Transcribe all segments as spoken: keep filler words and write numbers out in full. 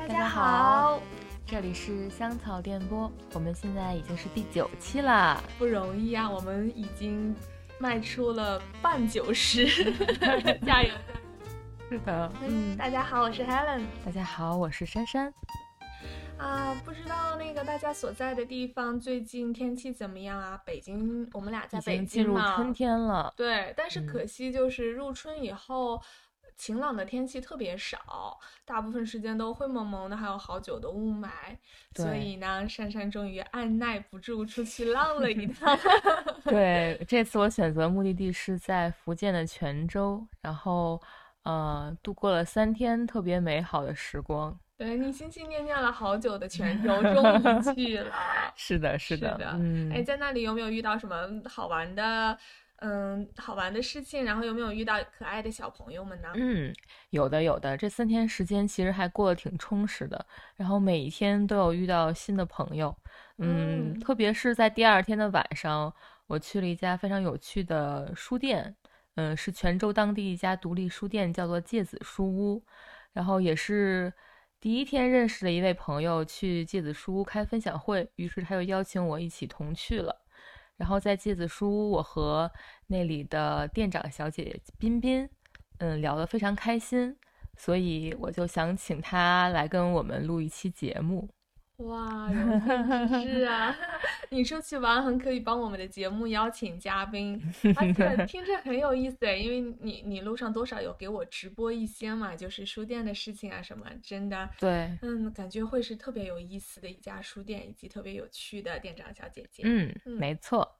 大家好，这里是香草电波，我们现在已经是第九期啦， 不容易啊，我们已经迈出了半九十，加油！ 是的， 嗯，大家好，我是 Helen。 大家好，我是珊珊。 啊，不知道那个大家所在的地方最近天气怎么样啊？北京，我们俩在北京嘛，已经进入春天了。 对，但是可惜就是入春以后。嗯，晴朗的天气特别少，大部分时间都灰蒙蒙的，还有好久的雾霾。所以呢，珊珊终于按耐不住出去浪了一趟。 对，这次我选择目的地是在福建的泉州，然后呃，度过了三天特别美好的时光。 对，你心心念念了好久的泉州终于去了。 是的，是的， 是的。 嗯， 哎，在那里有没有遇到什么好玩的？嗯，好玩的事情，然后有没有遇到可爱的小朋友们呢？ 嗯，有的有的，这三天时间其实还过得挺充实的，然后每一天都有遇到新的朋友，嗯，嗯特别是在第二天的晚上，我去了一家非常有趣的书店，嗯，是泉州当地一家独立书店，叫做芥子书屋，然后也是第一天认识的一位朋友去芥子书屋开分享会，于是他就邀请我一起同去了。然后在芥子书屋，我和那里的店长小姐姐彬彬，嗯，聊得非常开心，所以我就想请她来跟我们录一期节目。 哇，荣幸之至啊！你出去玩很可以帮我们的节目邀请嘉宾，而且听着很有意思诶，因为你你路上多少有给我直播一些嘛，就是书店的事情啊什么，真的， 对， 嗯，感觉会是特别有意思的一家书店，以及特别有趣的店长小姐姐。 嗯，嗯没错。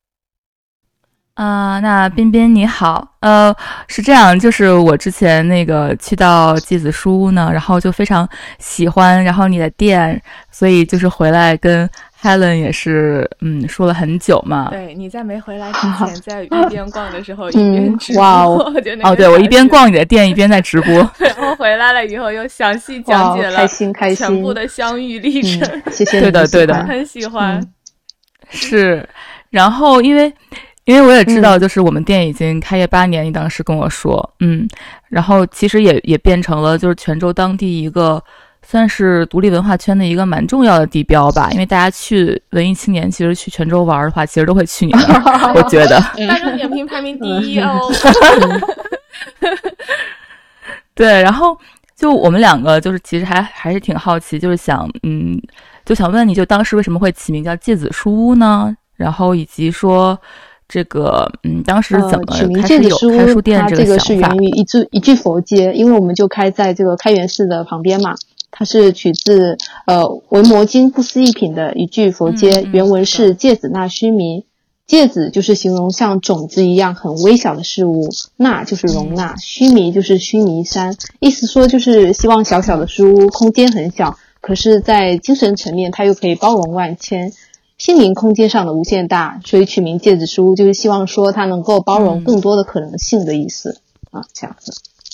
啊、呃，那彬彬你好，呃，是这样，就是我之前那个去到芥子书屋呢，然后就非常喜欢，然后你的店，所以就是回来跟 Helen 也是，嗯，说了很久嘛。 对，你在没回来之前，在一边逛的时候一边直播， 哇哦，哦，对，我一边逛你的店一边在直播， 然后回来了以后又详细讲解了开心开心全部的相遇历程。 嗯、谢谢， 对的对的， 很喜欢。 嗯、是，然后因为。因为我也知道，就是我们店已经开业八年，你当时跟我说，嗯，然后其实也也变成了就是泉州当地一个算是独立文化圈的一个蛮重要的地标吧。因为大家去文艺青年，其实去泉州玩的话，其实都会去你那儿，我觉得。 大众点评排名第一哦。 对，然后就我们两个就是其实还还是挺好奇，就是想嗯，就想问你就当时为什么会起名叫芥子书屋呢？然后以及说。这个嗯，当时怎么开始有开书店这个想法？ 它这个是源于一句一句佛偈，因为我们就开在这个开元寺的旁边嘛。它是取自呃《维摩经》不思议品的一句佛偈，嗯、原文是芥子纳须弥。芥子就是形容像种子一样很微小的事物，纳就是容纳，须弥就是须弥山，意思说就是希望小小的书屋空间很小，可是在精神层面它又可以包容万千。心灵空间上的无限大，所以取名芥子书屋就是希望说它能够包容更多的可能性的意思、嗯、啊，这样子。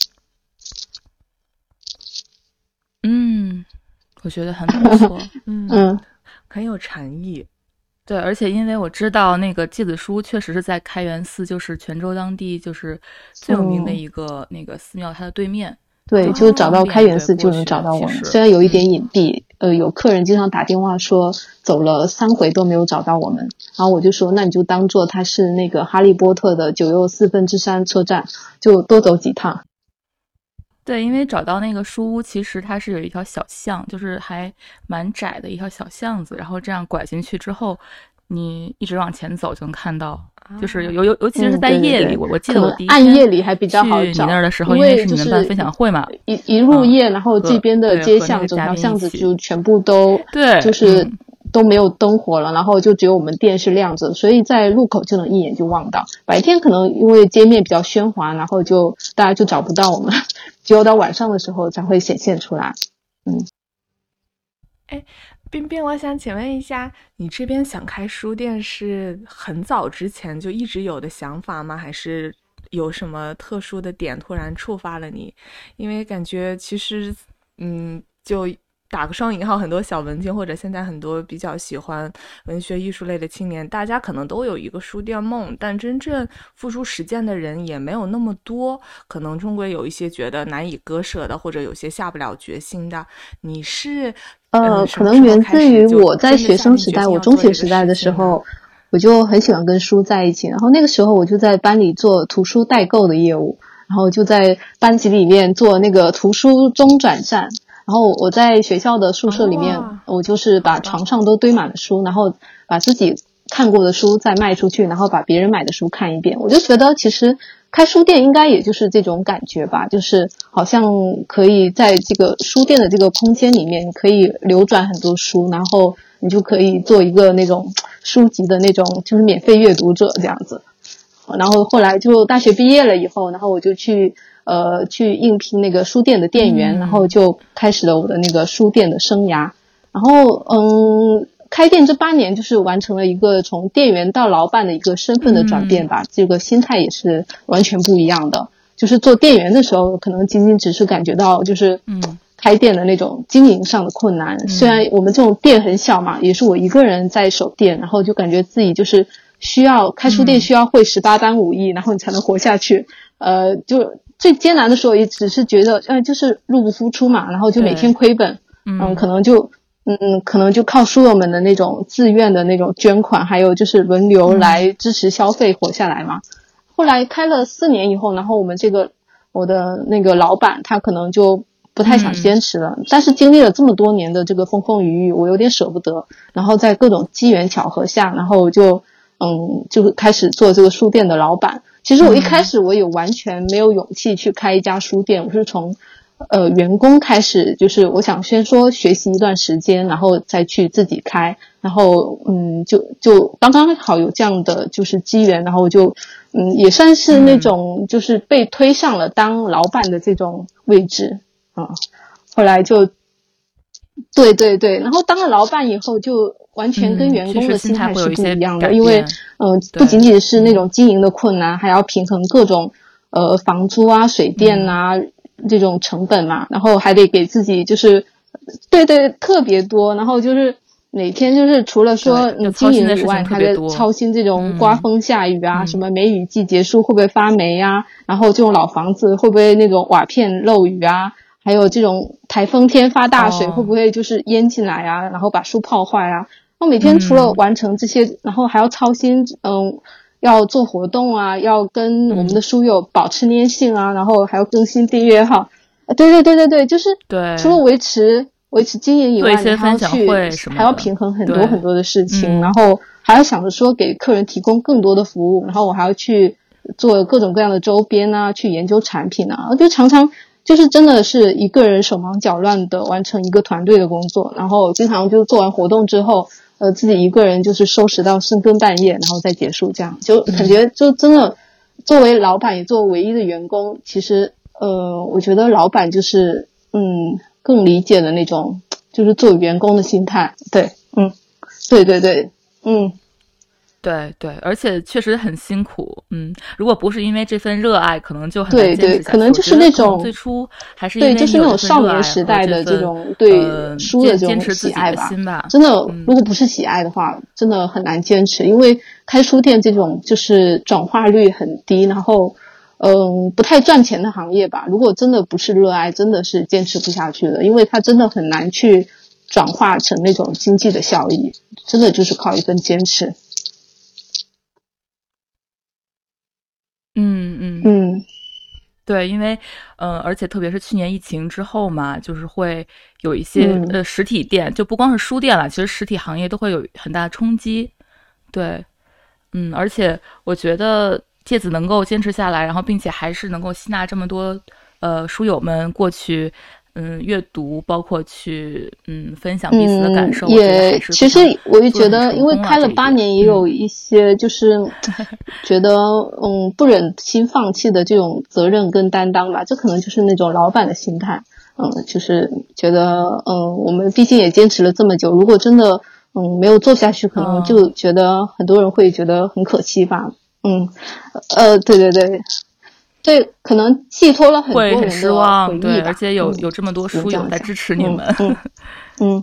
嗯，我觉得很不错， 嗯嗯，很有禅意。 对，而且因为我知道那个芥子书确实是在开元寺，就是泉州当地就是最有名的一个、嗯、那个寺庙，它的对面。 对，就找到开元寺就能找到我们，虽然有一点隐蔽、嗯、呃，有客人经常打电话说走了三回都没有找到我们，然后我就说那你就当做它是那个哈利波特的九又四分之三车站，就多走几趟。 对，因为找到那个书屋其实它是有一条小巷，就是还蛮窄的一条小巷子，然后这样拐进去之后你一直往前走就能看到，就是尤尤尤其是在夜里， 嗯、 我我记得我第一暗夜里还比较好找。 去你那儿的时候，因为是你们办分享会嘛， 一一入夜，嗯、然后这边的街巷整条巷子就全部都对， 就是都没有灯火了，然后就只有我们店是亮着，所以在路口就能一眼就望到。白天可能因为街面比较喧哗，然后就大家就找不到我们，只有到晚上的时候才会显现出来。嗯， 哎。彬彬，我想请问一下，你这边想开书店是很早之前就一直有的想法吗？还是有什么特殊的点突然触发了你？因为感觉其实，嗯，就打个双引号，很多小文青或者现在很多比较喜欢文学艺术类的青年，大家可能都有一个书店梦，但真正付诸实践的人也没有那么多，可能中国有一些觉得难以割舍的，或者有些下不了决心的。你是呃，可能源自于我在学生时代，我中学时代的时候，我就很喜欢跟书在一起，然后那个时候我就在班里做图书代购的业务，然后就在班级里面做那个图书中转站。然后我在学校的宿舍里面，哦，我就是把床上都堆满了书，然后把自己看过的书再卖出去，然后把别人买的书看一遍。我就觉得其实开书店应该也就是这种感觉吧，就是好像可以在这个书店的这个空间里面可以流转很多书，然后你就可以做一个那种书籍的那种就是免费阅读者这样子。然后后来就大学毕业了以后，然后我就去呃去应聘那个书店的店员，嗯，然后就开始了我的那个书店的生涯。然后嗯开店这八年就是完成了一个从店员到老板的一个身份的转变吧，嗯，这个心态也是完全不一样的。就是做店员的时候可能仅仅只是感觉到就是嗯开店的那种经营上的困难，嗯，虽然我们这种店很小嘛，也是我一个人在守店，然后就感觉自己就是需要开书店需要会十八般武艺，嗯，然后你才能活下去。呃就最艰难的时候也只是觉得呃就是入不敷出嘛，然后就每天亏本，嗯，嗯可能就嗯可能就靠书友们的那种自愿的那种捐款还有就是轮流来支持消费活下来嘛。嗯，后来开了四年以后，然后我们这个我的那个老板他可能就不太想坚持了，嗯，但是经历了这么多年的这个风风雨雨，我有点舍不得，然后在各种机缘巧合下，然后就嗯就开始做这个书店的老板。其实我一开始我也完全没有勇气去开一家书店，我是从呃员工开始，就是我想先说学习一段时间，然后再去自己开，然后嗯就就刚刚好有这样的就是机缘，然后就嗯也算是那种就是被推上了当老板的这种位置啊，嗯，后来就对对对，然后当了老板以后就完全跟员工的心态是不一样的，嗯，因为嗯、呃、不仅仅是那种经营的困难，还要平衡各种呃房租啊水电啊，嗯，这种成本嘛，然后还得给自己就是对对特别多，然后就是每天就是除了说你经营以外，还得操心这种刮风下雨啊，嗯，什么梅雨季结束会不会发霉啊，然后这种老房子会不会那种瓦片漏雨啊，还有这种台风天发大水，哦，会不会就是淹进来啊，然后把书泡坏啊。我每天除了完成这些，嗯，然后还要操心嗯要做活动啊，要跟我们的书友保持粘性啊，嗯，然后还要更新订阅号。对对对对对，就是对，除了维持维持经营以外，你还要去还要平衡很多很多的事情，嗯，然后还要想着说给客人提供更多的服务，然后我还要去做各种各样的周边啊，去研究产品啊，就常常就是真的是一个人手忙脚乱的完成一个团队的工作，然后经常就做完活动之后呃，自己一个人就是收拾到深更半夜，然后再结束，这样就感觉就真的作为老板也作为唯一的员工，其实呃，我觉得老板就是嗯更理解的那种，就是作为员工的心态。对，嗯，对对对，嗯。 对对，而且确实很辛苦，嗯，如果不是因为这份热爱，可能就很难坚持下去。 对对，可能就是那种最初还是因为对，就是那种少年时代的这种对书的这种喜爱吧。 吧真的，如果不是喜爱的话，嗯，真的很难坚持，因为开书店这种就是转化率很低，然后嗯不太赚钱的行业吧。如果真的不是热爱，真的是坚持不下去的，因为它真的很难去转化成那种经济的效益，真的就是靠一份坚持。 嗯嗯嗯， 对，因为呃，而且特别是去年疫情之后嘛，就是会有一些、嗯、呃实体店，就不光是书店了，其实实体行业都会有很大的冲击。对，嗯，而且我觉得芥子能够坚持下来，然后并且还是能够吸纳这么多呃书友们过去。嗯，阅读包括去嗯分享彼此的感受， 嗯、也其实我也觉得，因为开了八年，也有一些就是觉得嗯不忍心放弃的这种责任跟担当吧，这可能就是那种老板的心态，嗯，就是觉得嗯我们毕竟也坚持了这么久，如果真的嗯没有做下去，可能就觉得很多人会觉得很可惜吧，嗯，呃，对对对。对，可能寄托了很多人的回忆吧， 对，而且有有这么多书友在支持你们。 嗯嗯嗯，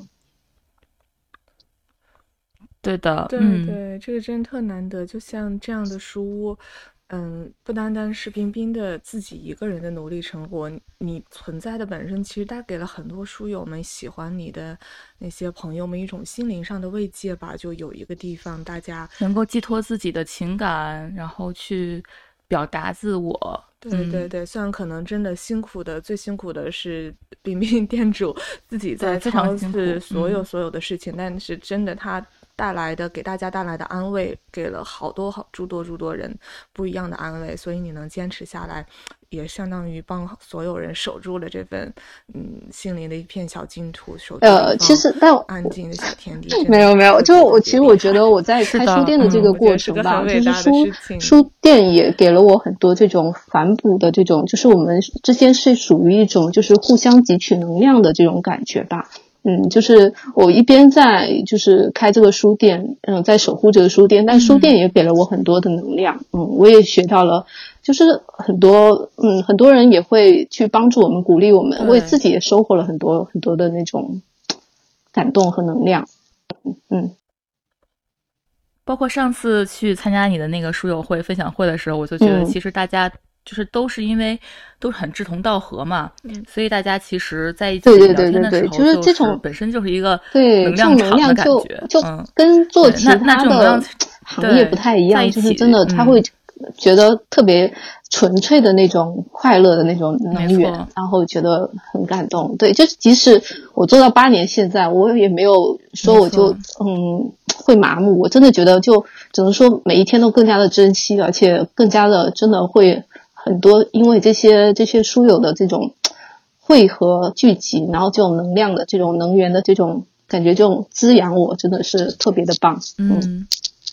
对的， 对嗯， 对，这个真的特难得。就像这样的书屋，嗯，不单单是冰冰的自己一个人的努力成果，你存在的本身其实带给了很多书友们、喜欢你的那些朋友们一种心灵上的慰藉吧。就有一个地方，大家能够寄托自己的情感，然后去表达自我。 对对对，虽然可能真的辛苦的，最辛苦的是冰冰店主自己在超市所有所有的事情，但是真的他带来的给大家带来的安慰，给了好多好诸多诸多人不一样的安慰，所以你能坚持下来，也相当于帮所有人守住了这份嗯心灵的一片小净土，守住呃，其实但安静的小天地。 没有没有，就我其实我觉得我在开书店的这个过程吧， 嗯、 就是书书店也给了我很多这种反哺的这种，就是我们之间是属于一种就是互相汲取能量的这种感觉吧。嗯，就是我一边在就是开这个书店，嗯，在守护这个书店，但书店也给了我很多的能量。嗯，我也学到了，就是很多嗯很多人也会去帮助我们，鼓励我们，我也自己也收获了很多很多的那种感动和能量。嗯， 包括上次去参加你的那个书友会分享会的时候，我就觉得其实大家就是都是因为都是很志同道合嘛， 嗯、 所以大家其实在一起聊天的时候， 就是这种本身就是一个对能量场的感觉，就就跟做其他的行业不太一样，就是真的他会觉得特别纯粹的那种快乐的那种能源，然后觉得很感动。对，就即使我做到八年，现在我也没有说我就嗯会麻木，我真的觉得就只能说每一天都更加的珍惜，而且更加的真的会很多，因为这些这些书友的这种汇合聚集，然后这种能量的这种能源的这种感觉，这种滋养我真的是特别的棒。嗯。 嗯，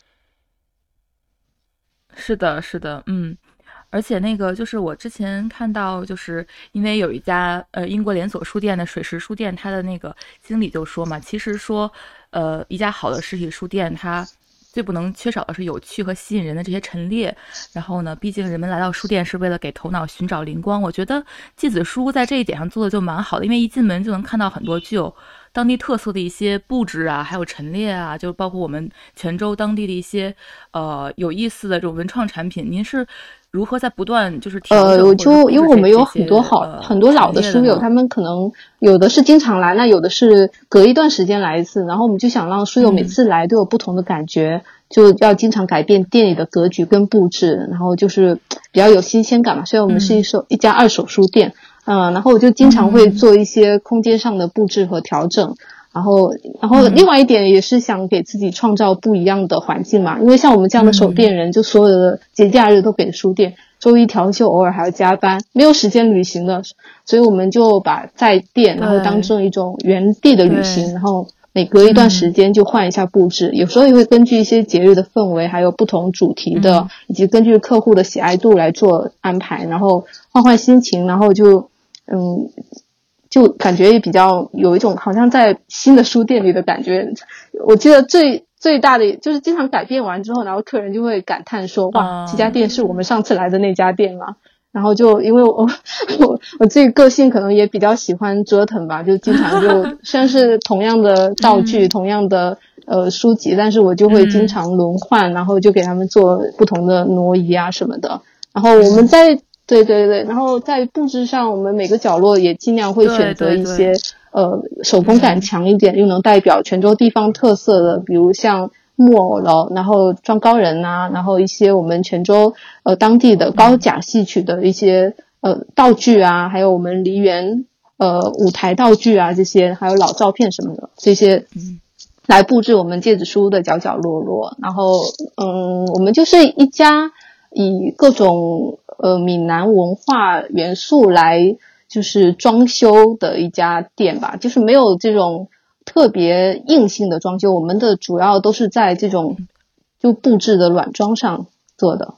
是的，是的，嗯，而且那个就是我之前看到，就是因为有一家呃英国连锁书店的水石书店，它的那个经理就说嘛，其实说呃一家好的实体书店，它最不能缺少的是有趣和吸引人的这些陈列。然后呢，毕竟人们来到书店是为了给头脑寻找灵光。我觉得芥子书屋在这一点上做的就蛮好的，因为一进门就能看到很多具有当地特色的一些布置啊，还有陈列啊，就包括我们泉州当地的一些呃有意思的这种文创产品。您是如何在不断就是调整？ 呃，我就因为我们有很多好、 呃、 很多老的书友，他们可能有的是经常来，那有的是隔一段时间来一次，然后我们就想让书友每次来都有不同的感觉，嗯、就要经常改变店里的格局跟布置，然后就是比较有新鲜感嘛。虽然我们是一手、嗯、一家二手书店。嗯，然后我就经常会做一些空间上的布置和调整，嗯、然后，然后另外一点也是想给自己创造不一样的环境嘛。因为像我们这样的守店人，嗯、就所有的节假日都给书店，周一调休，偶尔还要加班，没有时间旅行的，所以我们就把在店然后当成一种原地的旅行，然后每隔一段时间就换一下布置，嗯、有时候也会根据一些节日的氛围，还有不同主题的，嗯、以及根据客户的喜爱度来做安排，然后换换心情，然后就。嗯，就感觉也比较有一种好像在新的书店里的感觉。我记得最最大的就是经常改变完之后，然后客人就会感叹说：“哇，这家店是我们上次来的那家店吗？”然后就因为我我我自己个性可能也比较喜欢折腾吧，就经常就虽然是同样的道具、嗯、同样的呃书籍，但是我就会经常轮换，嗯、然后就给他们做不同的挪移啊什么的。然后我们在。嗯对对对，然后在布置上，我们每个角落也尽量会选择一些呃手工感强一点，嗯、又能代表泉州地方特色的，比如像木偶了，然后装高人啊，然后一些我们泉州呃当地的高甲戏曲的一些呃道具啊，还有我们梨园呃舞台道具啊这些，还有老照片什么的这些。嗯来布置我们芥子书屋的角角落落，然后嗯，我们就是一家以各种呃闽南文化元素来就是装修的一家店吧，就是没有这种特别硬性的装修，我们的主要都是在这种就布置的软装上做的。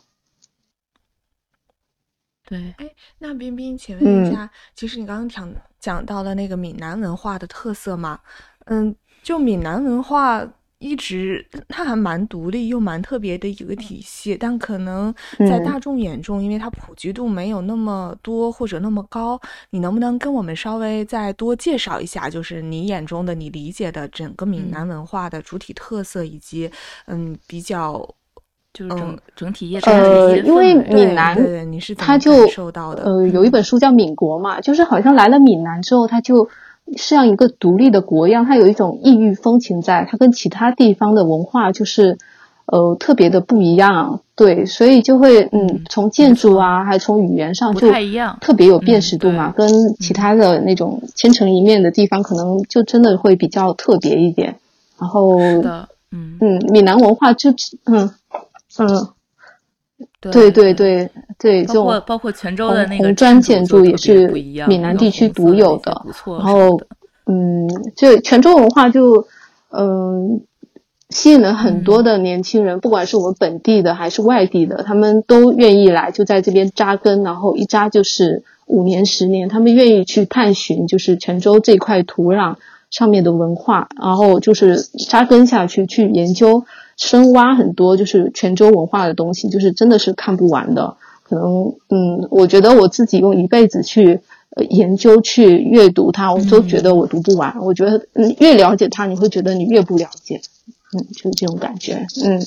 对， 哎，那冰冰，请问一下，嗯、其实你刚刚讲讲到了那个闽南文化的特色嘛？嗯，就闽南文化一直它还蛮独立又蛮特别的一个体系，但可能在大众眼中，嗯、因为它普及度没有那么多或者那么高，你能不能跟我们稍微再多介绍一下，就是你眼中的、你理解的整个闽南文化的主体特色，以及嗯比较。 就是整、嗯、整体业呃，因为闽南它就呃有一本书叫《闽国》嘛，就是好像来了闽南之后，它就像一个独立的国一样，它有一种异域风情在，它跟其他地方的文化就是呃特别的不一样，对，所以就会嗯从建筑啊，还从语言上就特别有辨识度嘛， 嗯、 跟其他的那种千城一面的地方可能就真的会比较特别一点。然后是的，嗯嗯，闽南文化就嗯。嗯， 对对对对， 包括包括泉州的那个红砖建筑也是闽南地区独有的， 然后嗯，这泉州文化就嗯吸引了很多的年轻人， 嗯、 不管是我们本地的还是外地的，他们都愿意来，就在这边扎根，然后一扎就是五年十年，他们愿意去探寻，就是泉州这块土壤上面的文化，然后就是扎根下去，去研究。深挖很多就是泉州文化的东西，就是真的是看不完的。可能嗯，我觉得我自己用一辈子去、呃、研究去阅读它，我都觉得我读不完。嗯、我觉得嗯，越了解它，你会觉得你越不了解，嗯，就是这种感觉，嗯。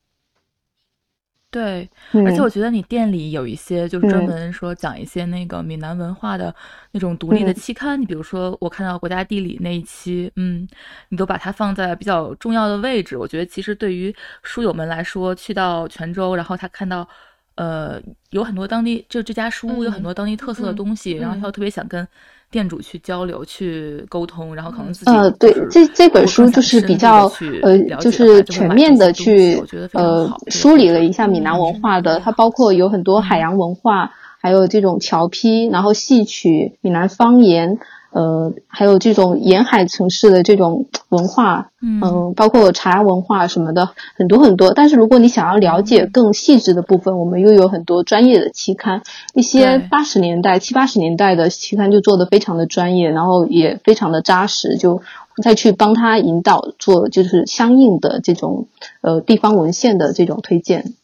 对， 嗯、 而且我觉得你店里有一些就是专门说讲一些那个闽南文化的那种独立的期刊，你、嗯、比如说我看到国家地理那一期，嗯，你都把它放在比较重要的位置。我觉得其实对于书友们来说，去到泉州，然后他看到呃有很多当地就这家书屋有很多当地特色的东西， 嗯、 然后他又特别想跟店主去交流去沟通，然后可能自己呃对这这本书就是比较呃就是全面的去呃梳理了一下闽南文化的，它包括有很多海洋文化， 嗯、 还有这种侨批，然后戏曲、闽南方言，呃还有这种沿海城市的这种文化，嗯、呃、包括茶文化什么的，很多很多。但是如果你想要了解更细致的部分，我们又有很多专业的期刊，一些八十年代七八十年代的期刊就做得非常的专业，然后也非常的扎实，就再去帮他引导做就是相应的这种呃地方文献的这种推荐。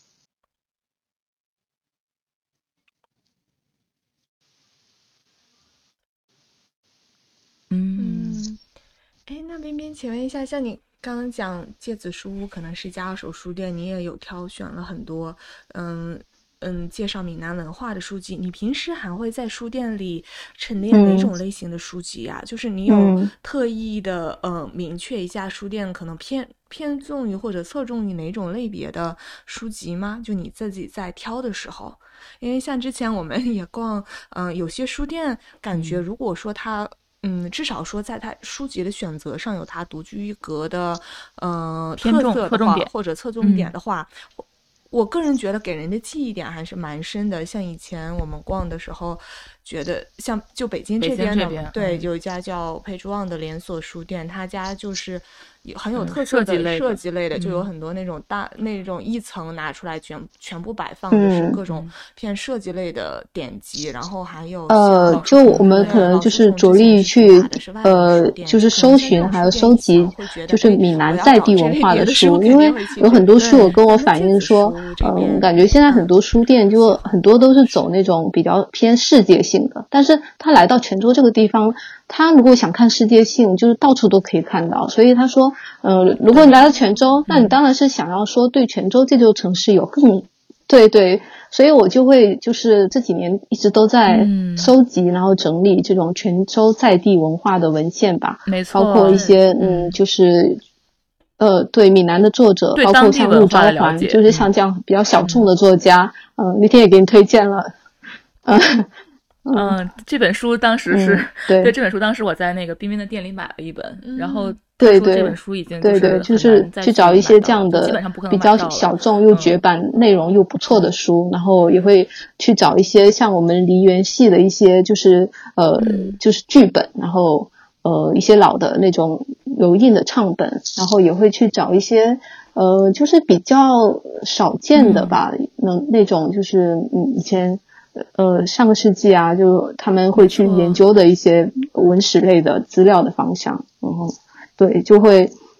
嗯， 哎，那边边，请问一下，像你刚刚讲芥子书屋可能是一家二手书店，你也有挑选了很多，嗯嗯，介绍闽南文化的书籍。你平时还会在书店里陈列哪种类型的书籍呀、啊嗯？就是你有特意的呃明确一下书店可能偏偏重于或者侧重于哪种类别的书籍吗？就你自己在挑的时候，因为像之前我们也逛，嗯、呃，有些书店感觉如果说它。嗯，至少说在它书籍的选择上有它独具一格的呃特色的话，或者侧重点的话、嗯，我个人觉得给人的记忆点还是蛮深的。像以前我们逛的时候，觉得像就北京这边的， 边对、 嗯， 有一家叫佩珠旺的连锁书店，他家就是很有特色的设计类的， 嗯、 就有很多那种大、嗯、那种一层拿出来全全部摆放的是各种偏设计类的典籍，嗯、然后还有呃，就我们可能就是着力去呃，就是搜寻还有收集，就是闽南在地文化的书，因为有很多书友跟我反映说，嗯，感觉现在很多书店就很多都是走那种比较偏世界性的，但是他来到泉州这个地方，他如果想看世界性，就是到处都可以看到，所以他说，呃，如果你来到泉州，那你当然是想要说对泉州这座城市有更，对对，所以我就会就是这几年一直都在收集，然后整理这种泉州在地文化的文献吧， 没错， 包括一些嗯，就是呃，对闽南的作者，包括像陆昭环，就是像这样比较小众的作家，嗯、呃，那天也给你推荐了，嗯。 嗯，这本书当时是、 嗯、对, 对这本书当时我在那个彬彬的店里买了一本， 嗯、 然后对对这本书已经对对，就是去找一些这样的比较小众又绝版、嗯、内容又不错的书，然后也会去找一些像我们梨园系的一些就是呃、嗯、就是剧本，然后呃一些老的那种油印的唱本，然后也会去找一些呃就是比较少见的吧，那、嗯、那种就是嗯以前。呃，上个世纪啊，就他们会去研究的一些文史类的资料的方向，然后对，就会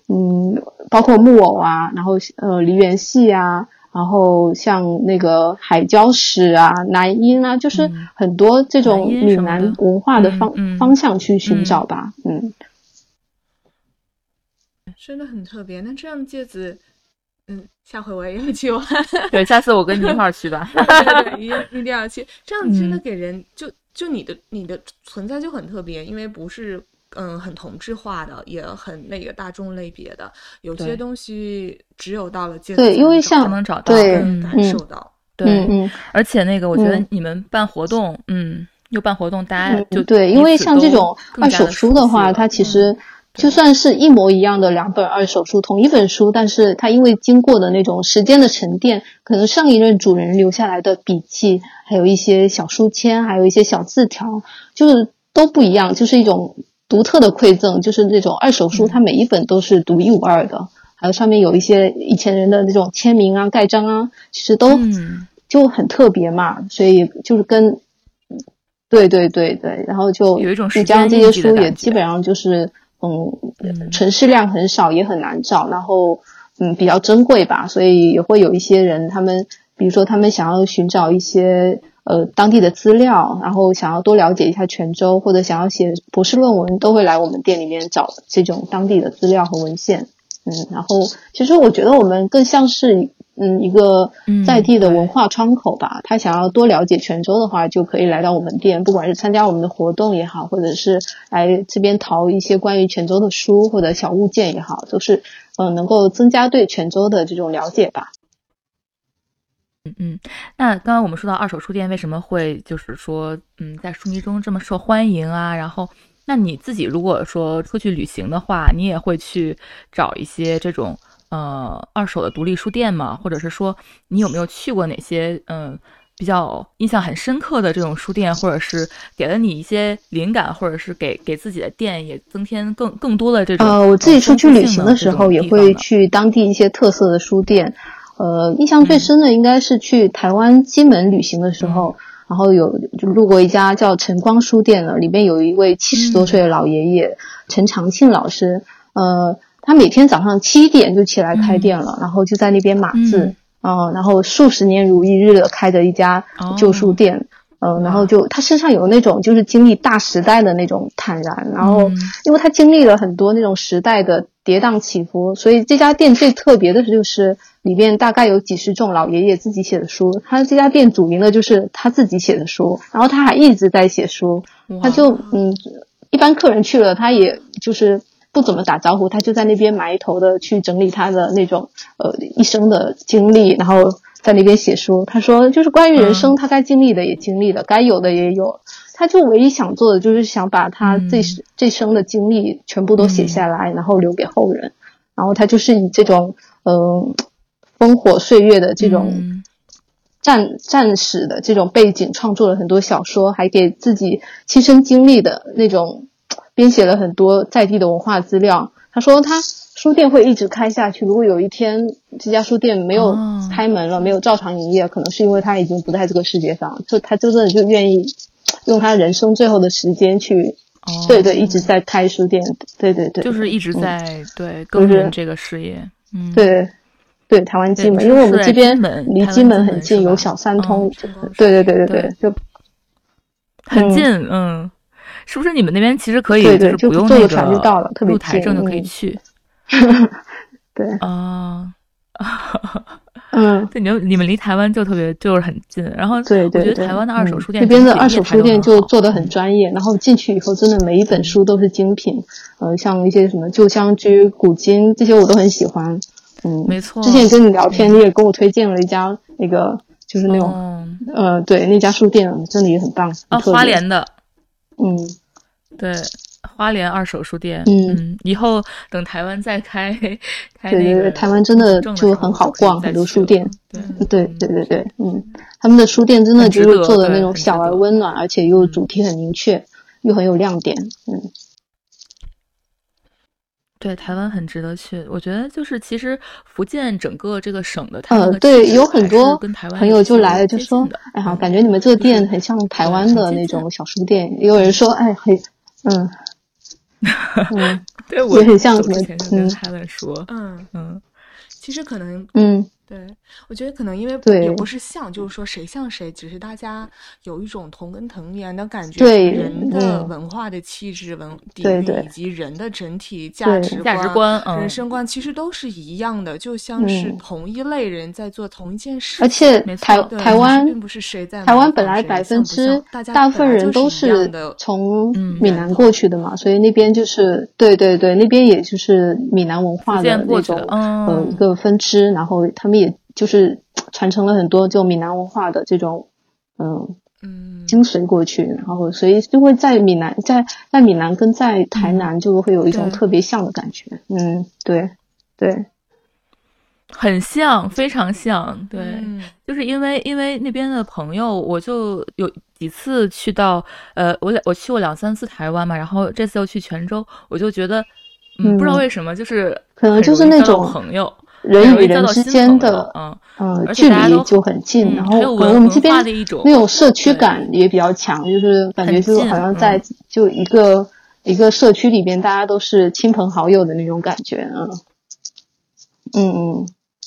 嗯，包括木偶啊，然后呃梨园戏啊，然后像那个海椒史啊、南音啊，就是很多这种闽南文化的方、 嗯、 方向去寻找吧。嗯， 真的很特别。那这样戒指，嗯，下回我也要去玩。 对，下次我跟你一块儿去吧。 对对对，一定一定要去。这样真的给人、嗯、就就你的你的存在就很特别，因为不是。嗯，很同质化的，也很那个大众类别的，有些东西只有到了戒指对，因为像能找到， 对， 感受到， 对， 嗯， 而且那个我觉得你们办活动，嗯，嗯又办活动，大家就、 嗯、对，因为像这种二手书的话，它其实就算是一模一样的两本二手书，同一本书，但是它因为经过的那种时间的沉淀，可能上一任主人留下来的笔记，还有一些小书签，还有一些小字条，就是都不一样，就是一种独特的馈赠，就是那种二手书，它每一本都是独一无二的，嗯、还有上面有一些以前人的那种签名啊、盖章啊，其实都就很特别嘛，所以就是跟对对对对，然后就有一种你加上这些书也基本上就是嗯，存世量很少，也很难找，然后嗯比较珍贵吧，所以也会有一些人，他们比如说他们想要寻找一些。呃，当地的资料，然后想要多了解一下泉州，或者想要写博士论文，都会来我们店里面找这种当地的资料和文献。嗯，然后其实我觉得我们更像是嗯一个在地的文化窗口吧。嗯、他想要多了解泉州的话，就可以来到我们店，不管是参加我们的活动也好，或者是来这边淘一些关于泉州的书或者小物件也好，都是呃能够增加对泉州的这种了解吧。 嗯嗯，那刚刚我们说到二手书店为什么会就是说，嗯，在书迷中这么受欢迎啊？然后，那你自己如果说出去旅行的话，你也会去找一些这种呃二手的独立书店吗？或者是说，你有没有去过哪些嗯、呃、比较印象很深刻的这种书店，或者是给了你一些灵感，或者是给给自己的店也增添更更多的这种呃，我自己出去旅行的时候也会去当地一些特色的书店。呃，印象最深的应该是去台湾金门旅行的时候，嗯、然后有就路过一家叫晨光书店的，里面有一位七十多岁的老爷爷、嗯、陈长庆老师，呃，他每天早上七点就起来开店了，嗯、然后就在那边码字，嗯、呃，然后数十年如一日的开着一家旧书店。哦嗯，然后就他身上有那种就是经历大时代的那种坦然，然后因为他经历了很多那种时代的跌宕起伏，所以这家店最特别的就是里面大概有几十种老爷爷自己写的书，他这家店主营的就是他自己写的书，然后他还一直在写书，他就嗯，一般客人去了他也就是不怎么打招呼，他就在那边埋头的去整理他的那种呃一生的经历，然后在那边写书。他说就是关于人生，他该经历的也经历了，嗯、该有的也有，他就唯一想做的就是想把他这、嗯、这生的经历全部都写下来，嗯、然后留给后人。然后他就是以这种嗯、呃、烽火岁月的这种战战史的这种背景，创作了很多小说，还给自己亲身经历的那种编写了很多在地的文化资料。他说他书店会一直开下去，如果有一天这家书店没有开门了，哦、没有照常营业，可能是因为他已经不在这个世界上，就他真的就愿意用他人生最后的时间去，哦、对对，一直在开书店，对对对， 就是一直在、嗯、对耕耘这个事业，嗯， 对对，台湾金门，因为我们这边离金门很近，有小三通，嗯、对对对对对，就很近，嗯。嗯是不是你们那边其实可以对对就是不用那个船就到了，特别入台证就可以去？ 嗯、对啊， 嗯， 对，你们你们离台湾就特别就是很近，然后对对对， 我觉得台湾的二手书店、 嗯、那边的二手书店就做得很专业，然后进去以后真的每一本书都是精品，呃，像一些什么旧香居、古今这些我都很喜欢，嗯， 没错。 之前跟你聊天，嗯、你也跟我推荐了一家那个就是那种、哦、呃，对，那家书店真的也很棒， 啊，花莲的。 嗯， 对，花莲二手书店， 嗯， 嗯以后等台湾再开，开对对对，台湾真的就很好逛，很多书店， 对对对对对，嗯，他们的书店真的就是做的那种小而温暖，而且又主题很明确，又很有亮点，嗯。 对，台湾很值得去。我觉得就是其实福建整个这个省的， 呃，对，有很多朋友就来了，就说，哎呀，感觉你们这个店很像台湾的那种小书店。也有人说，哎，很，嗯， 嗯， 对，我也很像什么之前就跟嗯 Helen 说， 嗯嗯其实可能嗯对，我觉得可能因为对也不是像，就是说谁像谁，只是大家有一种同根同源的感觉， 对人的嗯文化的气质、文底蕴对对以及人的整体价对值价值观，嗯， 人生观，其实都是一样的，就像是嗯同一类人在做同一件事情。 而且没错台对台湾并不是谁在台湾模仿谁本来百分之像不像大家大部分本来人都就是一样是的从嗯闽南源头过去的嘛，所以那边就是对对对，那边也就是闽南文化福建的那种过去的，嗯， 呃一个分支，然后他们也就是传承了很多就闽南文化的这种嗯嗯精髓过去，然后所以就会在闽南在在闽南跟在台南就会有一种对特别像的感觉，嗯，对对， 很像，非常像，对， 嗯就是因为因为那边的朋友，我就有几次去到，呃，我两我去过两三次台湾嘛，然后这次又去泉州，我就觉得，嗯， 嗯不知道为什么，就是可能就是很容易交到那种朋友， 人很容与人之易交到新间的朋友，嗯， 呃而且距离大家都就很近， 嗯然还有文后可能我们这文化边的一种那种社区对感也比较强，就是感觉就很近好像在嗯就一个一个社区里边，大家都是亲朋好友的那种感觉，嗯嗯嗯，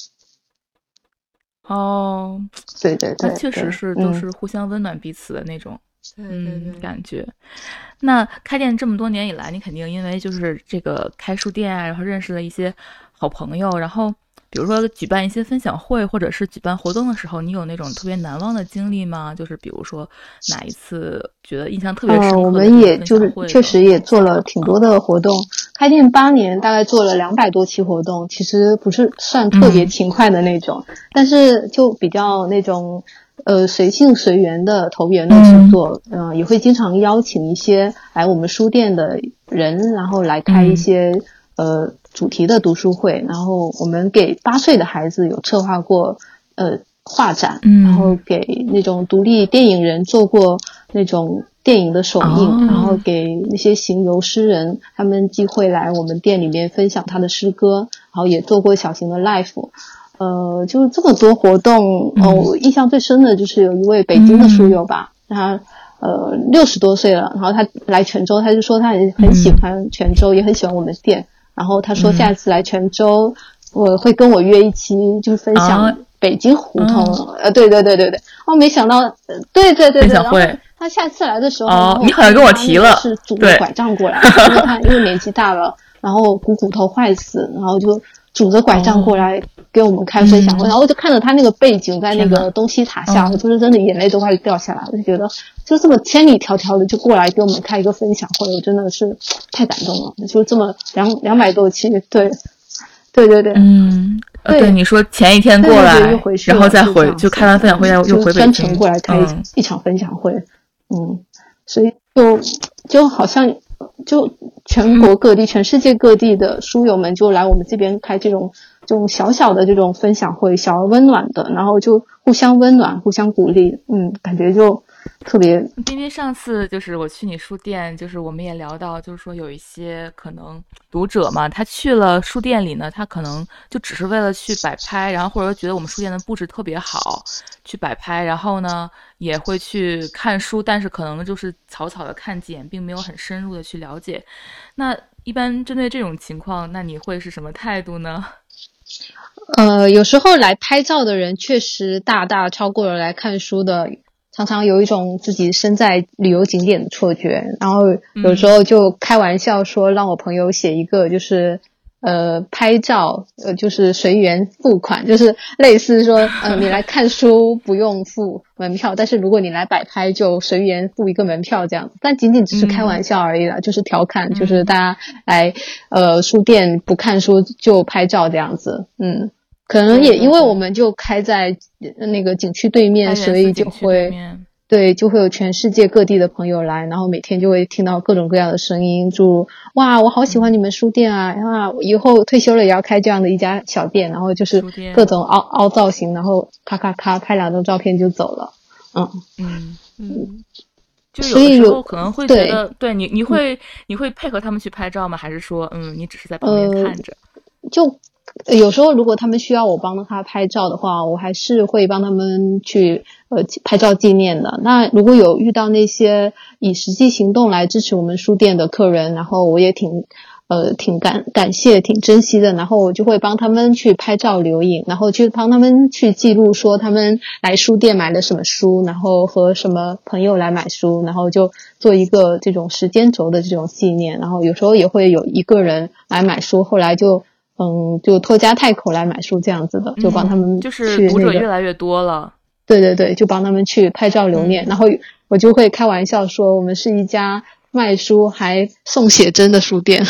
哦， 对对对， 那确实对是都嗯是互相温暖彼此的那种。 对对嗯， 对， 感觉。那开店这么多年以来，你肯定因为就是这个开书店啊，然后认识了一些好朋友，然后比如说举办一些分享会，或者是举办活动的时候，你有那种特别难忘的经历吗？就是比如说哪一次觉得印象特别深刻的呃，我这种们也分就是享会的确实也做分享了挺多的活动，开店八年，大概做了两百多期活动，其实不是算特别嗯勤快的那种，但是就比较那种呃随性随缘的投缘的去做，嗯、呃，也会经常邀请一些来我们书店的人，然后来开一些、呃主题的读书会，然后我们给八岁的孩子有策划过呃画展， 嗯然后给那种独立电影人做过那种电影的首映， 哦然后给那些行游诗人他们机会来我们店里面分享他的诗歌，然后也做过小型的 live， 呃，就是这么多活动。 嗯哦，我印象最深的就是有一位北京的书友吧，他呃六十多岁了，然后他来泉州，他就说他很很喜欢泉州，也很喜欢我们店，然后他说下次来泉州，我会跟我约一期，就是分享啊北京胡同， 嗯呃，对对对对对，哦，没想到，呃对对对对， 分享会然后他下次来的时候， 哦然后你好像跟我提了他那个是拄着对拐杖过来，因为他因为年纪大了，然后股骨头坏死，然后就拄着拐杖过来给我们开分享会， 嗯然后我就看着他那个背景在那天哪个东西塔下， 嗯我就是真的眼泪都快掉下来，我就觉得就这么千里迢迢的就过来给我们开一个分享会，我真的是太感动了，就这么两两百多期，对。对对对， 嗯，呃对对，你说前一天过对对来， 对又回去然后再回， 了是这样就开完分享会再又回北就专京程过来开一,、 嗯一场分享会，嗯，所以就就好像就全国各地、全世界各地的书友们就来我们这边开这种这种小小的这种分享会，小而温暖的，然后就互相温暖、互相鼓励，嗯，感觉就特别因为上次就是我去你书店，就是我们也聊到，就是说有一些可能读者嘛，他去了书店里呢，他可能就只是为了去摆拍，然后或者觉得我们书店的布置特别好，去摆拍，然后呢也会去看书，但是可能就是草草的看几眼，并没有很深入的去了解。那一般针对这种情况，那你会是什么态度呢？ 呃，有时候来拍照的人确实大大超过了来看书的，常常有一种自己身在旅游景点的错觉，然后有时候就开玩笑说让我朋友写一个就是呃拍照呃就是随缘付款，就是类似说呃你来看书不用付门票，但是如果你来摆拍就随缘付一个门票这样子，但仅仅只是开玩笑而已啦，嗯、就是调侃， 嗯、 就是大家来呃书店不看书就拍照这样子，嗯。可能也因为我们就开在那个景区对面，所以就会对就会有全世界各地的朋友来，然后每天就会听到各种各样的声音，祝哇我好喜欢你们书店啊，啊以后退休了也要开这样的一家小店，然后就是各种凹凹造型，然后咔咔咔拍两张照片就走了，嗯嗯嗯。就有的时候可能会觉得，对, 对你你会、嗯、你会配合他们去拍照吗？还是说，嗯，你只是在旁边看着？ 呃、就有时候如果他们需要我帮他拍照的话，我还是会帮他们去呃拍照纪念的。那如果有遇到那些以实际行动来支持我们书店的客人，然后我也挺呃挺感感谢挺珍惜的，然后我就会帮他们去拍照留影，然后去帮他们去记录说他们来书店买了什么书，然后和什么朋友来买书，然后就做一个这种时间轴的这种纪念。然后有时候也会有一个人来买书，后来就嗯，就拖家带口来买书这样子的，就帮他们、 嗯、就是读者越来越多了。 对对对，就帮他们去拍照留念、嗯、然后我就会开玩笑说我们是一家卖书还送写真的书店。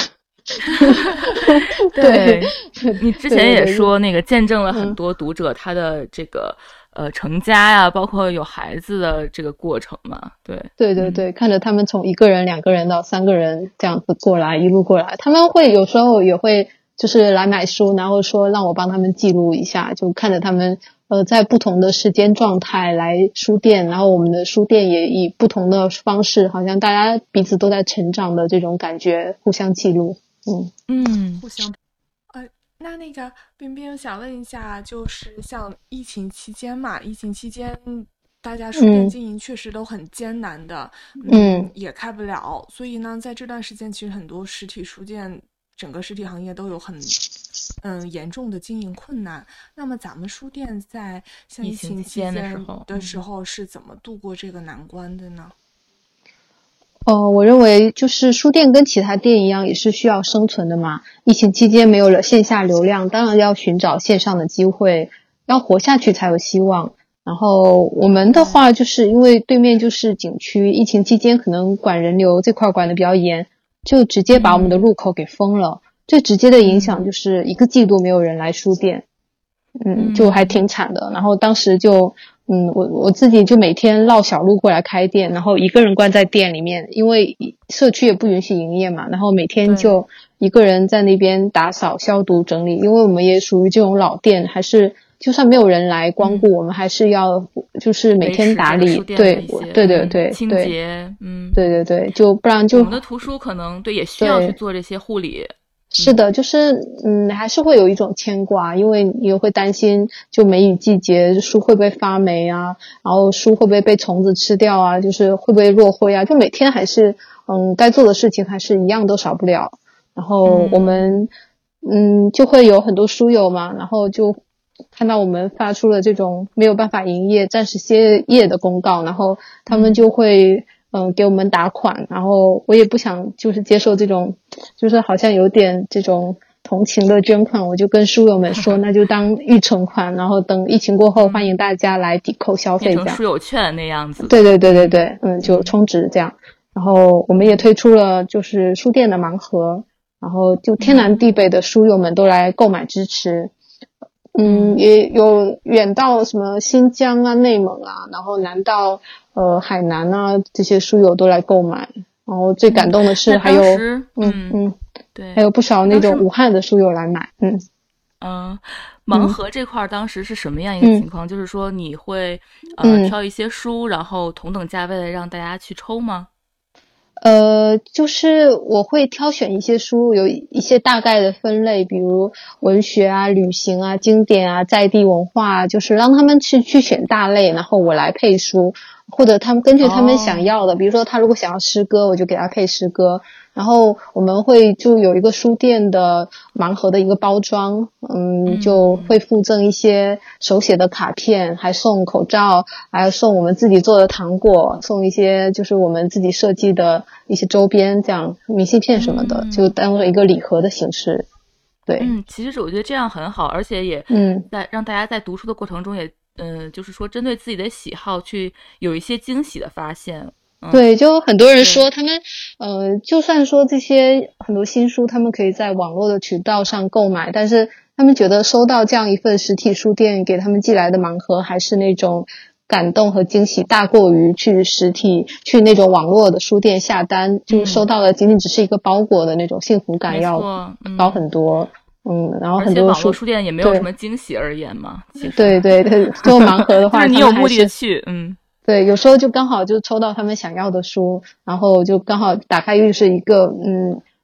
对，你之前也说那个见证了很多读者他的这个、嗯、呃成家呀，包括有孩子的这个过程嘛。对对对对、嗯、看着他们从一个人两个人到三个人这样子过来，一路过来，他们会有时候也会就是来买书，然后说让我帮他们记录一下，就看着他们呃在不同的时间状态来书店，然后我们的书店也以不同的方式，好像大家彼此都在成长的这种感觉，互相记录。嗯嗯，互相。呃，那那个冰冰想问一下，就是像疫情期间嘛，疫情期间大家书店经营确实都很艰难的， 嗯， 嗯也开不了，所以呢，在这段时间，其实很多实体书店。整个实体行业都有很嗯严重的经营困难。那么咱们书店在像疫情期间的时候的时候是怎么度过这个难关的呢？ 哦，我认为就是书店跟其他店一样，也是需要生存的嘛。疫情期间没有了线下流量，当然要寻找线上的机会，要活下去才有希望。然后我们的话，就是因为对面就是景区，疫情期间可能管人流这块管得比较严。就直接把我们的入口给封了、嗯、最直接的影响就是一个季度没有人来书店。嗯，就还挺惨的。然后当时就嗯我我自己就每天绕小路过来开店，然后一个人关在店里面，因为社区也不允许营业嘛，然后每天就一个人在那边打扫消毒整理，因为我们也属于这种老店，还是就算没有人来光顾、嗯、我们还是要就是每天打理，对对对对、 嗯、清洁，嗯， 对对对，就不然就我们的图书可能对也需要去做这些护理。 是的，就是嗯还是会有一种牵挂，因为你又会担心就梅雨季节书会不会发霉啊，然后书会不会被虫子吃掉啊，就是会不会落灰啊，就每天还是嗯该做的事情还是一样都少不了。然后我们嗯, 嗯就会有很多书友嘛，然后就看到我们发出了这种没有办法营业暂时歇业的公告，然后他们就会嗯给我们打款，然后我也不想就是接受这种就是好像有点这种同情的捐款，我就跟书友们说那就当预存款，然后等疫情过后欢迎大家来抵扣消费，这样变成书友券那样子。 对对对对对，嗯就充值这样。然后我们也推出了就是书店的盲盒，然后就天南地北的书友们都来购买支持。嗯，也有远到什么新疆啊、内蒙啊，然后南到呃海南啊，这些书友都来购买。然后最感动的是还有嗯嗯, 嗯对， 还有不少那种武汉的书友来买。嗯嗯，盲盒这块当时是什么样一个情况？嗯、就是说你会呃、嗯、挑一些书，然后同等价位的让大家去抽吗？ 呃，就是我会挑选一些书，有一些大概的分类，比如文学啊、旅行啊、经典啊、在地文化啊，就是让他们去去选大类，然后我来配书，或者他们根据他们想要的，哦、比如说他如果想要诗歌，我就给他配诗歌。然后我们会就有一个书店的盲盒的一个包装，嗯，就会附赠一些手写的卡片，还送口罩，还有送我们自己做的糖果，送一些就是我们自己设计的一些周边，这样明信片什么的，嗯、就当做一个礼盒的形式。对， 嗯，其实我觉得这样很好，而且也嗯， 在让大家在读书的过程中也，嗯、呃，就是说针对自己的喜好去有一些惊喜的发现。 对，就很多人说他们呃就算说这些很多新书他们可以在网络的渠道上购买，但是他们觉得收到这样一份实体书店给他们寄来的盲盒还是那种感动和惊喜大过于去实体去那种网络的书店下单，嗯、就收到的仅仅只是一个包裹的那种幸福感要高很多。嗯，然后很多而且网络书店也没有什么惊喜而言嘛，其实对对对，做盲盒的话就是你有目的的去嗯对，有时候就刚好就抽到他们想要的书，然后就刚好打开又是一个嗯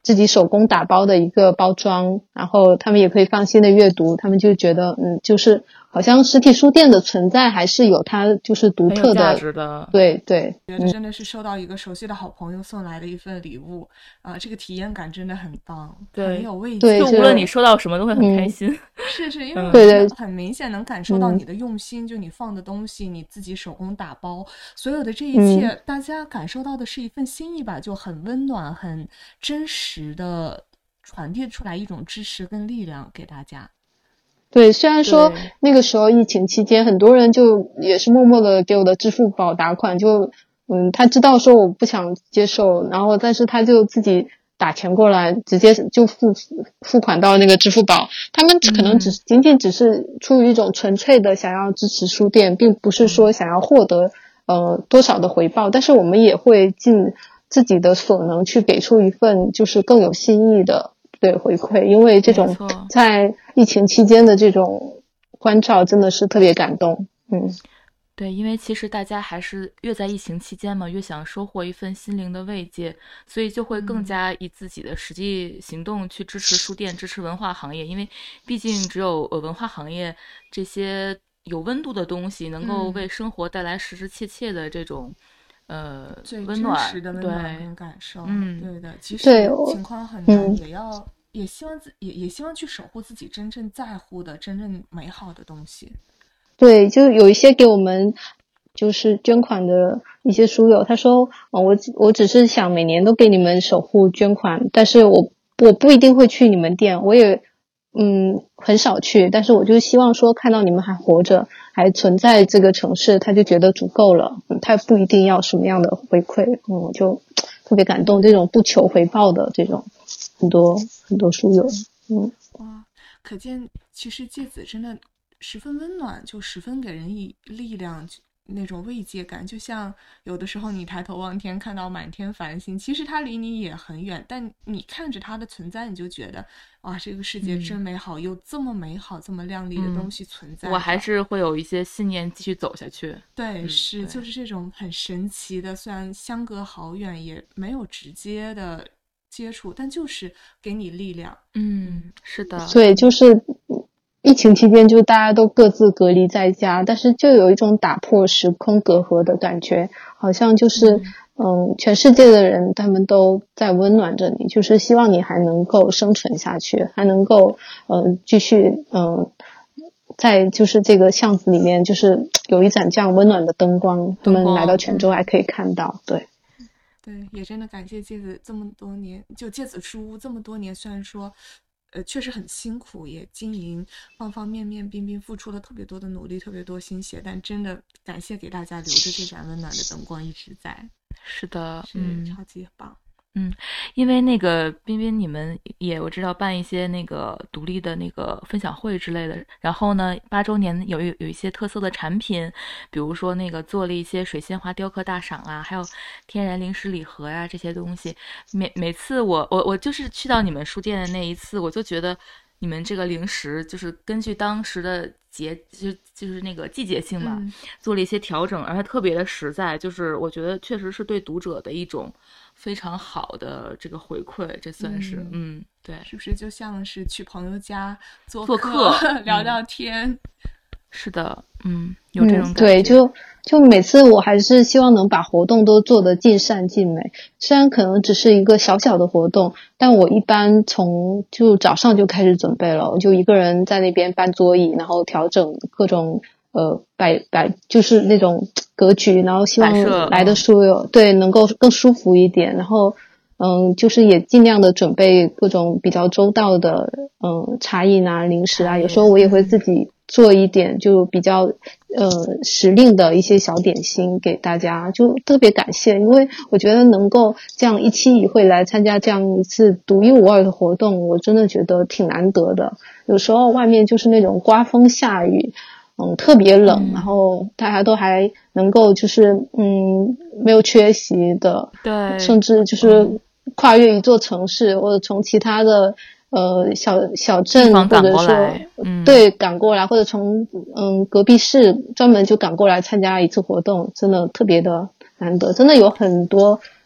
自己手工打包的一个包装，然后他们也可以放心的阅读，他们就觉得嗯，就是好像实体书店的存在还是有它就是独特的价值的。 对对， 觉得真的是收到一个熟悉的好朋友送来的一份礼物啊、呃，这个体验感真的很棒， 对， 很有味道， 就无论你收到什么都会很开心。 嗯、是是，因为我觉得很明显能感受到你的用心，嗯、就你放的东西，你自己手工打包，所有的这一切，嗯、大家感受到的是一份心意吧，就很温暖、很真实的传递出来一种支持跟力量给大家。 对，虽然说那个时候疫情期间，很多人就也是默默的给我的支付宝打款，就嗯，他知道说我不想接受，然后但是他就自己打钱过来，直接就付付款到那个支付宝。他们可能只、嗯、仅仅只是出于一种纯粹的想要支持书店，并不是说想要获得呃多少的回报，但是我们也会尽自己的所能去给出一份就是更有新意的对回馈，因为这种在疫情期间的这种关照真的是特别感动。嗯， 对，因为其实大家还是越在疫情期间嘛，越想收获一份心灵的慰藉，所以就会更加以自己的实际行动去支持书店、支持文化行业。因为毕竟只有呃文化行业这些有温度的东西，能够为生活带来实实切切的这种。呃， 最温暖， 真实的温暖跟感受， 嗯， 对的。即使情况很难，嗯、也要也希望自也也希望去守护自己真正在乎的、真正美好的东西。 对，就有一些给我们就是捐款的一些书友，他说：“哦，我我只是想每年都给你们守护捐款，但是我我不一定会去你们店，我也嗯很少去，但是我就希望说看到你们还活着。”还存在这个城市，他就觉得足够了，嗯，他不一定要什么样的回馈，嗯，就特别感动这种不求回报的这种很多很多书友，嗯， 哇，可见其实芥子真的十分温暖，就十分给人以力量，那种慰藉感，就像有的时候你抬头望天看到满天繁星，其实它离你也很远，但你看着它的存在，你就觉得哇，这个世界真美好，嗯、有这么美好这么亮丽的东西存在， 嗯、我还是会有一些信念继续走下去。 对， 嗯、 是就是这种很神奇的，虽然相隔好远，也没有直接的接触，但就是给你力量。 嗯，是的， 对，就是疫情期间就大家都各自隔离在家，但是就有一种打破时空隔阂的感觉，好像就是嗯, 嗯，全世界的人他们都在温暖着你，就是希望你还能够生存下去，还能够嗯继续嗯在就是这个巷子里面就是有一盏这样温暖的灯光，他们来到泉州还可以看到。对对，也真的感谢芥子这么多年，就芥子书屋这么多年，虽然说呃，确实很辛苦，也经营方方面面，冰冰付出了特别多的努力，特别多心血，但真的感谢给大家留着这盏温暖的灯光一直在。 是的， 是嗯， 超级棒。 嗯，因为那个彬彬你们也我知道办一些那个独立的那个分享会之类的，然后呢八周年有有一些特色的产品，比如说那个做了一些水仙花雕刻大赏啊，还有天然零食礼盒呀、啊、这些东西。每每次我我我就是去到你们书店的那一次，我就觉得你们这个零食就是根据当时的节就就是那个季节性嘛、嗯、做了一些调整，而且特别的实在，就是我觉得确实是对读者的一种非常好的这个回馈，这算是 嗯, 嗯对， 是不是就像是去朋友家做做客聊聊天、嗯、 是的，嗯，有这种感觉、 嗯、对，就就每次我还是希望能把活动都做得尽善尽美，虽然可能只是一个小小的活动，但我一般从就早上就开始准备了，我就一个人在那边搬桌椅，然后调整各种呃摆摆就是那种格局，然后希望来的书友、嗯、对能够更舒服一点，然后嗯就是也尽量的准备各种比较周到的嗯茶饮啊零食啊，有时候我也会自己做一点就比较呃时令的一些小点心给大家，就特别感谢，因为我觉得能够这样一期一会来参加这样一次独一无二的活动，我真的觉得挺难得的。有时候外面就是那种刮风下雨嗯，特别冷、嗯，然后大家都还能够就是嗯没有缺席的， 对， 甚至就是跨越一座城市、嗯、或者从其他的呃小小镇或者说、嗯、对赶过来，或者从嗯隔壁市专门就赶过来参加一次活动，真的特别的难得，真的有很多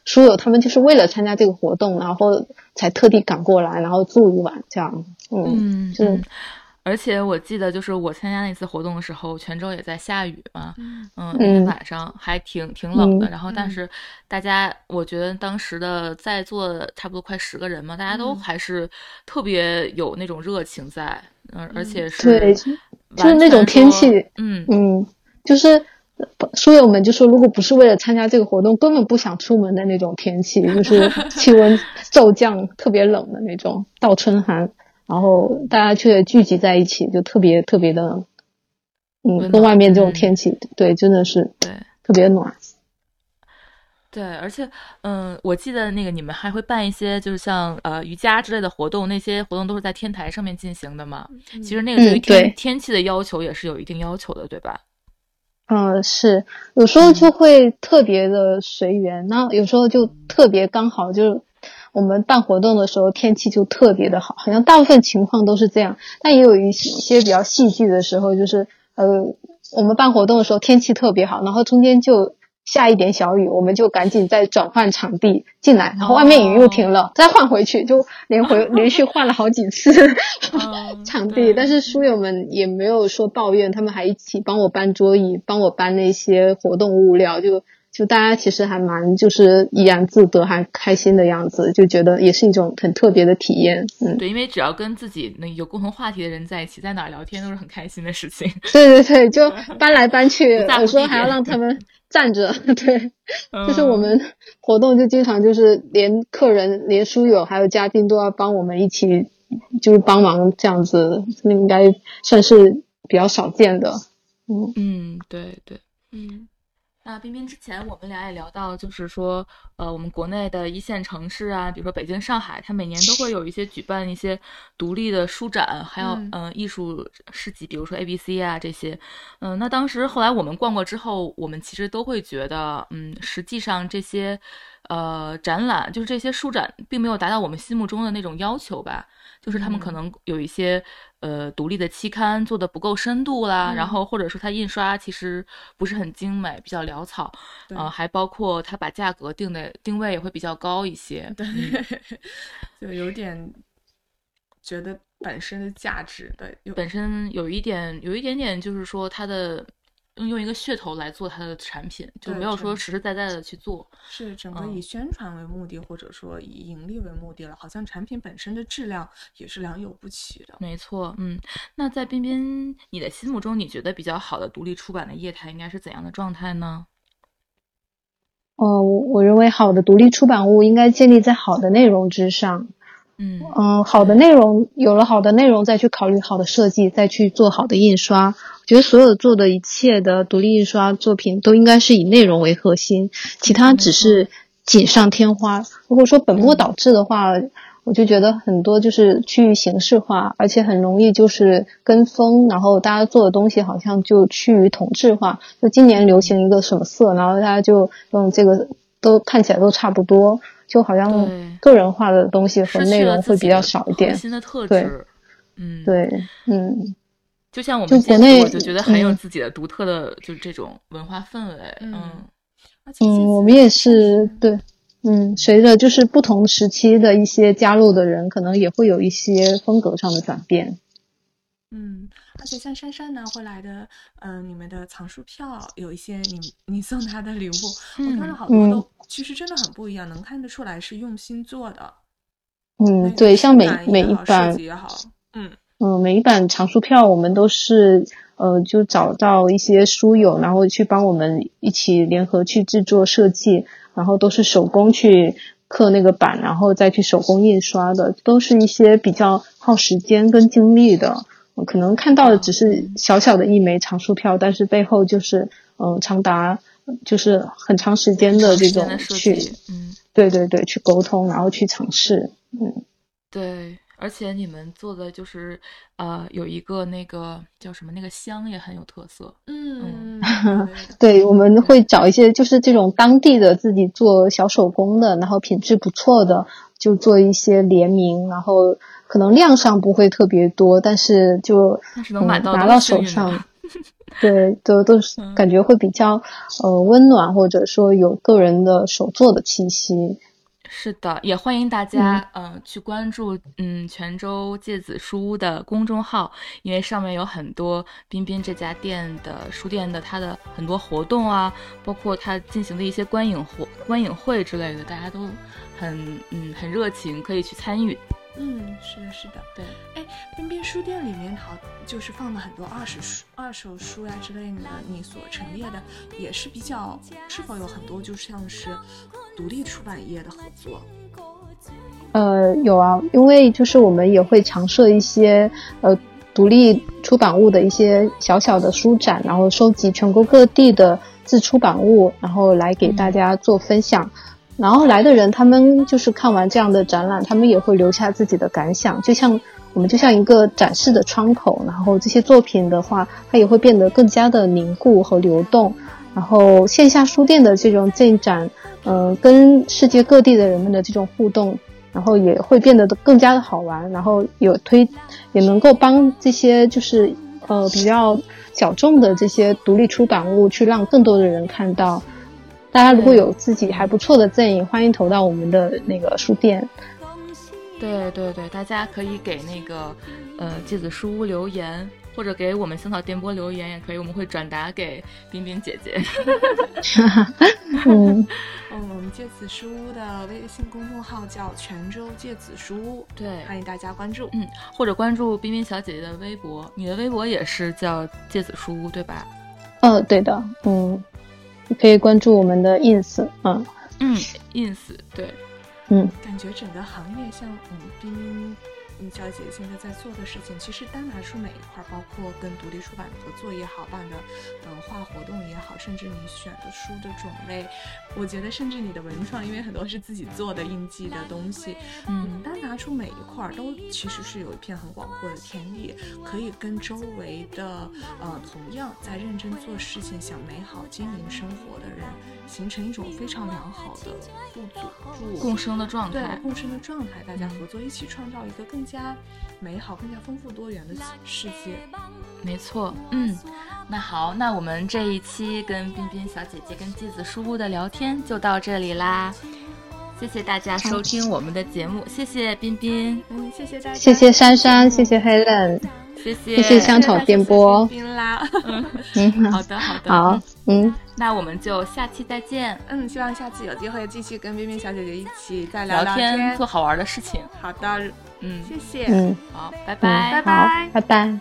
书友他们就是为了参加这个活动，然后才特地赶过来，然后住一晚这样。 嗯， 就嗯而且我记得，就是我参加那次活动的时候，泉州也在下雨嘛，嗯，那天晚上还挺挺冷的。 嗯、 然后，但是大家，我觉得当时的在座的差不多快十个人嘛，大家都还是特别有那种热情在，嗯，而且是对，就是那种天气， 嗯嗯，就是书友们就说，如果不是为了参加这个活动，根本不想出门的那种天气，就是气温骤降，特别冷的那种，倒春寒。然后大家却聚集在一起，就特别特别的，嗯，跟外面这种天气，嗯、对，真的是对特别暖。 对，而且，嗯，我记得那个你们还会办一些，就是像呃瑜伽之类的活动，那些活动都是在天台上面进行的嘛。嗯、其实那个对于天、嗯、天气的要求也是有一定要求的，对吧？ 嗯，是，有时候就会特别的随缘，那、嗯、有时候就特别刚好就。我们办活动的时候天气就特别的好，好像大部分情况都是这样，但也有一些比较戏剧的时候，就是呃，我们办活动的时候天气特别好，然后中间就下一点小雨，我们就赶紧再转换场地进来，然后外面雨又停了，哦、再换回去，就连回连续换了好几次场地。但是书友们也没有说抱怨，他们还一起帮我搬桌椅，帮我搬那些活动物料，就。就大家其实还蛮就是怡然自得还开心的样子，就觉得也是一种很特别的体验。嗯， 对，因为只要跟自己那有共同话题的人在一起，在哪儿聊天都是很开心的事情。 对对对，就搬来搬去，有时候还要让他们站着。对，嗯、就是我们活动就经常就是连客人、连书友还有嘉宾都要帮我们一起，就是帮忙这样子，那应该算是比较少见的。嗯嗯，对对，嗯。那彬彬之前我们俩也聊到，就是说，呃，我们国内的一线城市啊，比如说北京、上海，它每年都会有一些举办一些独立的书展，还有嗯、呃、艺术市集，比如说 A B C 啊这些。嗯、呃，那当时后来我们逛过之后，我们其实都会觉得，嗯，实际上这些呃展览，就是这些书展，并没有达到我们心目中的那种要求吧。就是他们可能有一些、嗯、呃独立的期刊做的不够深度啦、嗯，然后或者说它印刷其实不是很精美，比较潦草，呃，还包括它把价格定的定位也会比较高一些， 对，就有点觉得本身的价值的， 本身有一点有一点点就是说它的。用一个噱头来做它的产品，就没有说实实在在的去做， 是整个以宣传为目的、嗯、或者说以盈利为目的了，好像产品本身的质量也是良莠不齐的。 没错，嗯，那在彬彬你的心目中，你觉得比较好的独立出版的业态应该是怎样的状态呢？ 呃，我认为好的独立出版物应该建立在好的内容之上。 嗯嗯、 呃，好的内容，有了好的内容，再去考虑好的设计，再去做好的印刷。我觉得所有做的一切的独立印刷作品都应该是以内容为核心，其他只是锦上添花。如果说本末倒置的话，嗯、我就觉得很多就是趋于形式化，而且很容易就是跟风，然后大家做的东西好像就趋于同质化。就今年流行一个什么色，然后大家就用这个，都看起来都差不多。就好像个人化的东西和内容会比较少一点， 核心的特质， 对， 嗯， 对，嗯， 就像我们国内我就觉得很有自己的独特的，嗯、就是这种文化氛围，嗯嗯，我们也是，对，嗯，随着就是不同时期的一些加入的人，可能也会有一些风格上的转变。 嗯，而且像珊珊拿回来的，嗯、呃，你们的藏书票有一些你你送他的礼物，嗯、我看了好多都、嗯、其实真的很不一样，能看得出来是用心做的。 嗯，对，像每每一版设计也好，嗯嗯，每一版藏书票我们都是呃就找到一些书友，然后去帮我们一起联合去制作设计，然后都是手工去刻那个版，然后再去手工印刷的，都是一些比较耗时间跟精力的。可能看到的只是小小的一枚藏书票，但是背后就是嗯、呃、长达就是很长时间的这种去嗯对对对去沟通，然后去尝试。嗯， 对，而且你们做的就是呃有一个那个叫什么那个香也很有特色。 嗯嗯对，我们会找一些就是这种当地的自己做小手工的，然后品质不错的，就做一些联名，然后可能量上不会特别多，但是就但是能买到、 嗯、拿到手上对，都都是感觉会比较呃温暖，或者说有个人的手作的气息。 是的，也欢迎大家嗯、呃、去关注嗯泉州芥子书屋的公众号，因为上面有很多彬彬这家店的书店的它的很多活动啊，包括它进行的一些观影活观影会之类的，大家都很嗯很热情，可以去参与。 嗯，是的，是的， 对。 哎，彬彬书店里面好就是放了很多二手书、二手书呀之类的，你所陈列的也是比较，是否有很多就像是独立出版业的合作？ 呃，有啊，因为就是我们也会常设一些呃独立出版物的一些小小的书展，然后收集全国各地的自出版物，然后来给大家做分享。嗯，然后来的人他们就是看完这样的展览，他们也会留下自己的感想，就像我们就像一个展示的窗口，然后这些作品的话它也会变得更加的凝固和流动。然后线下书店的这种进展呃，跟世界各地的人们的这种互动，然后也会变得更加的好玩，然后有推也能够帮这些就是呃比较小众的这些独立出版物去让更多的人看到。大家如果有自己还不错的赠饮，欢迎投到我们的那个书店。 对对对，大家可以给那个呃芥子书屋留言，或者给我们香草电波留言也可以，我们会转达给彬彬姐姐。 嗯， 嗯，我们芥子书屋的微信公众号叫泉州芥子书屋， 对， 欢迎大家关注。 嗯，或者关注彬彬小姐姐的微博，你的微博也是叫芥子书屋对吧？ 呃，对的，嗯。可以关注我们的 ins， 嗯嗯 ins 对， 嗯， 感觉整个行业像嗯彬彬嗯小姐现在在做的事情，其实单拿出每一块，包括跟独立出版合作也好，办的文化活动也好，甚至你选的书的种类，我觉得甚至你的文创，因为很多是自己做的印记的东西，嗯，单拿出每一块都其实是有一片很广阔的天地，可以跟周围的呃同样在认真做事情、想美好经营生活的人形成一种非常良好的互助、 共生的状态， 对，共生的状态，大家合作一起创造一个更加美好、更加丰富多元的世界。 没错，嗯，那好，那我们这一期跟彬彬小姐姐跟芥子书屋的聊天就到这里啦。谢谢大家收听我们的节目，谢谢彬彬， 嗯，谢谢大家， 谢谢珊珊，谢谢 Helen， 谢谢， 谢谢香草电波， 彬彬啦， 嗯，好的，好的， 好，嗯， 那我们就下期再见。 嗯，希望下次有机会继续跟彬彬小姐姐一起再聊聊天，天做好玩的事情。 好的， 嗯， 谢谢， 嗯， 好，拜拜， 拜拜， 拜拜。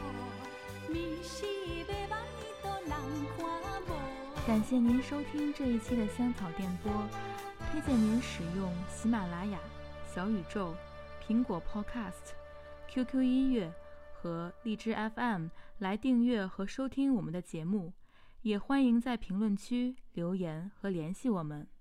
感谢您收听这一期的香草电波，推荐您使用喜马拉雅、小宇宙、苹果 Podcast、Q Q 音乐和荔枝 F M 来订阅和收听我们的节目，也欢迎在评论区留言和联系我们。